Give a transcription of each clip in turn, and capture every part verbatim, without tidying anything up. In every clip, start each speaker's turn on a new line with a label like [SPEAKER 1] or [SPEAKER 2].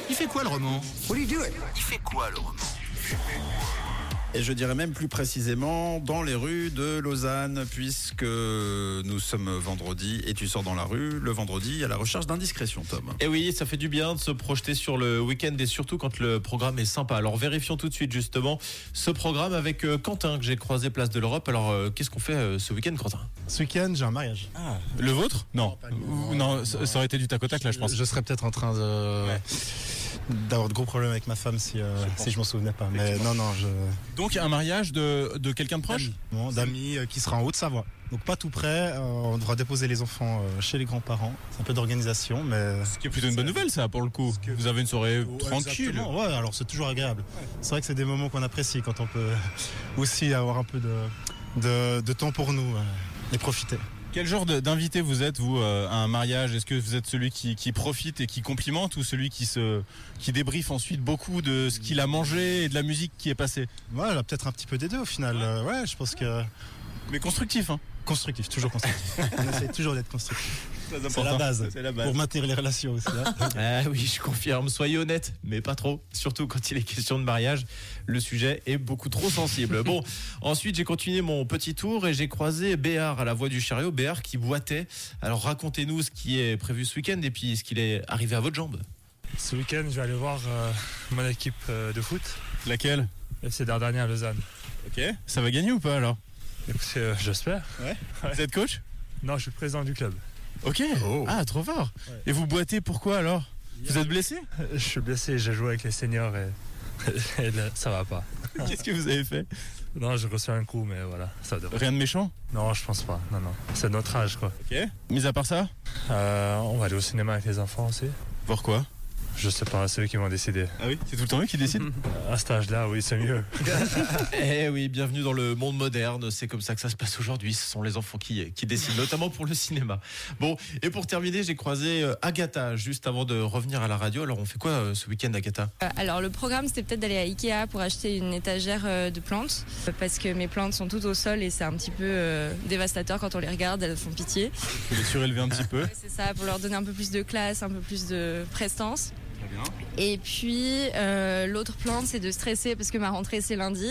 [SPEAKER 1] Il fait quoi le roman?
[SPEAKER 2] What do you do it?
[SPEAKER 1] Il fait quoi le roman?
[SPEAKER 3] Et je dirais même plus précisément dans les rues de Lausanne, puisque nous sommes vendredi et tu sors dans la rue le vendredi à la recherche d'indiscrétion, Tom.
[SPEAKER 4] Et oui, ça fait du bien de se projeter sur le week-end et surtout quand le programme est sympa. Alors vérifions tout de suite justement ce programme avec euh, Quentin que j'ai croisé place de l'Europe. Alors euh, qu'est-ce qu'on fait euh, ce week-end, Quentin?
[SPEAKER 5] Ce week-end, j'ai un mariage.
[SPEAKER 4] Ah, le vôtre? Non, non, non ça, ça aurait été du tac au tac là, je pense.
[SPEAKER 5] Je serais peut-être en train de
[SPEAKER 4] Ouais.
[SPEAKER 5] d'avoir de gros problèmes avec ma femme si euh, si je m'en souvenais pas. Mais non, non, je
[SPEAKER 4] Donc un mariage de, de quelqu'un de proche?
[SPEAKER 5] Bon, d'amis euh, qui sera en Haute-Savoie. Donc pas tout près. euh, on devra déposer les enfants euh, chez les grands-parents. C'est un peu d'organisation, mais
[SPEAKER 4] Ce qui est plutôt une bonne nouvelle ça pour le coup.
[SPEAKER 5] que-
[SPEAKER 4] Vous avez une soirée
[SPEAKER 5] Ouais,
[SPEAKER 4] tranquille.
[SPEAKER 5] exactement. Ouais, alors c'est toujours agréable. C'est vrai que c'est des moments qu'on apprécie quand on peut aussi avoir un peu de de, de temps pour nous euh, et profiter.
[SPEAKER 4] Quel genre de- d'invité vous êtes, vous, euh, à un mariage? Est-ce que vous êtes celui qui, qui profite et qui complimente ou celui qui se qui débriefe ensuite beaucoup de ce qu'il a mangé et de la musique qui est passée?
[SPEAKER 5] Voilà, peut-être un petit peu des deux au final. Euh, ouais, je pense que
[SPEAKER 4] Mais constructif, hein.
[SPEAKER 5] constructif, toujours constructif. On essaie toujours d'être constructif.
[SPEAKER 4] Très
[SPEAKER 5] C'est la base.
[SPEAKER 4] C'est la base.
[SPEAKER 5] Pour maintenir les relations aussi. Hein.
[SPEAKER 4] Ah oui, je confirme. Soyez honnête, mais pas trop. Surtout quand il est question de mariage, le sujet est beaucoup trop sensible. Bon, ensuite j'ai continué mon petit tour et j'ai croisé Béar à la Voie du Chariot. Béar qui boitait. Alors racontez-nous ce qui est prévu ce week-end et puis ce qu'il est arrivé à votre jambe.
[SPEAKER 6] Ce week-end, je vais aller voir euh, mon équipe euh, de foot,
[SPEAKER 4] Laquelle?
[SPEAKER 6] F C Dardania à Lausanne.
[SPEAKER 4] Ok. Ça va gagner ou pas alors?
[SPEAKER 6] Écoutez, euh, j'espère.
[SPEAKER 4] Vous êtes coach?
[SPEAKER 6] Non, je suis président du club.
[SPEAKER 4] Ok.
[SPEAKER 3] Oh.
[SPEAKER 4] Ah, trop fort.
[SPEAKER 6] Ouais.
[SPEAKER 4] Et vous boitez pourquoi alors? Vous êtes blessé?
[SPEAKER 6] Euh, Je suis blessé, j'ai joué avec les seniors et, et là, ça va pas.
[SPEAKER 4] Qu'est-ce que vous avez fait?
[SPEAKER 6] Non, j'ai reçu un coup, mais voilà, ça devrait.
[SPEAKER 4] Rien de méchant?
[SPEAKER 6] Non, je pense pas. Non, non. C'est notre âge, quoi.
[SPEAKER 4] Ok. Mis à part ça?
[SPEAKER 6] Euh, on va aller au cinéma avec les enfants aussi.
[SPEAKER 4] Pourquoi?
[SPEAKER 6] Je sais pas, c'est eux qui vont décider.
[SPEAKER 4] Ah oui? C'est tout le temps eux qui décident?
[SPEAKER 6] À cet âge-là, oui, c'est mieux.
[SPEAKER 4] Eh oui, bienvenue dans le monde moderne, c'est comme ça que ça se passe aujourd'hui, ce sont les enfants qui, qui décident, notamment pour le cinéma. Bon, et pour terminer, j'ai croisé euh, Agatha juste avant de revenir à la radio. Alors on fait quoi euh, ce week-end, Agatha?
[SPEAKER 7] Euh, Alors le programme c'était peut-être d'aller à Ikea pour acheter une étagère euh, de plantes euh, parce que mes plantes sont toutes au sol et c'est un petit peu euh, dévastateur quand on les regarde, elles font pitié.
[SPEAKER 4] Vous les surélevez un petit peu.
[SPEAKER 7] Ouais, c'est ça, pour leur donner un peu plus de classe, un peu plus de prestance. Et puis euh, l'autre plante c'est de stresser parce que ma rentrée c'est lundi.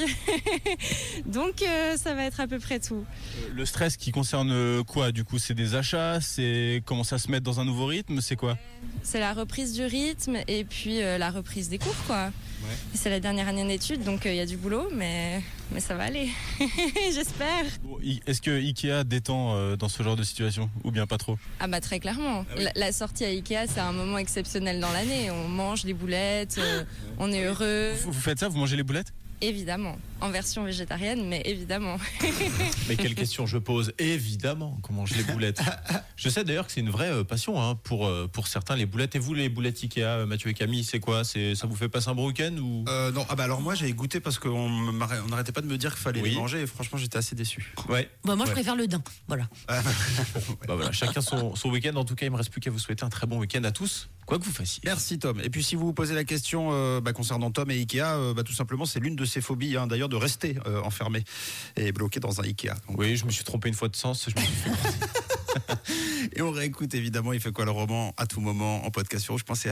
[SPEAKER 7] Donc euh, ça va être à peu près tout.
[SPEAKER 4] Euh, Le stress qui concerne euh, quoi du coup? C'est des achats? C'est commencer à se mettre dans un nouveau rythme? C'est quoi?
[SPEAKER 7] C'est la reprise du rythme et puis euh, la reprise des cours quoi. Et c'est la dernière année d'études donc il euh, y a du boulot mais, mais ça va aller. J'espère.
[SPEAKER 4] Bon, I- Est-ce que Ikea détend euh, dans ce genre de situation ou bien pas trop?
[SPEAKER 7] Ah bah très clairement.
[SPEAKER 4] Ah oui.
[SPEAKER 7] la, la sortie à Ikea c'est un moment exceptionnel dans l'année. On mange des boulettes, euh, on est heureux.
[SPEAKER 4] Vous, vous faites ça? Vous mangez les boulettes?
[SPEAKER 7] Évidemment. En version végétarienne mais évidemment.
[SPEAKER 4] Mais quelle question je pose? Évidemment qu'on mange les boulettes. Je sais d'ailleurs que c'est une vraie euh, passion hein, pour, euh, pour certains les boulettes. Et vous les boulettes Ikea, euh, Mathieu et Camille, c'est quoi? C'est, ça vous fait passer un bon week-end ou...
[SPEAKER 3] Euh, non, ah bah alors moi j'avais goûté parce qu'on m'arrêt- on n'arrêtait pas de me dire qu'il fallait
[SPEAKER 4] Oui.
[SPEAKER 3] les manger et franchement j'étais assez déçu.
[SPEAKER 4] Ouais.
[SPEAKER 8] Bah, moi, je
[SPEAKER 4] Ouais.
[SPEAKER 8] préfère le daim. Voilà.
[SPEAKER 4] Bah voilà, chacun son, son week-end. En tout cas, il me reste plus qu'à vous souhaiter un très bon week-end à tous, quoi que vous fassiez.
[SPEAKER 3] Merci Tom. Et puis si vous vous posez la question euh, bah, concernant Tom et Ikea, euh, bah, tout simplement c'est l'une de ses phobies hein, d'ailleurs de rester euh, enfermé et bloqué dans un Ikea. Donc,
[SPEAKER 4] Oui, je me suis trompé une fois de sens. Je me suis fait...
[SPEAKER 3] et on réécoute évidemment il fait quoi le roman à tout moment en podcast sur Rouge. Pensez à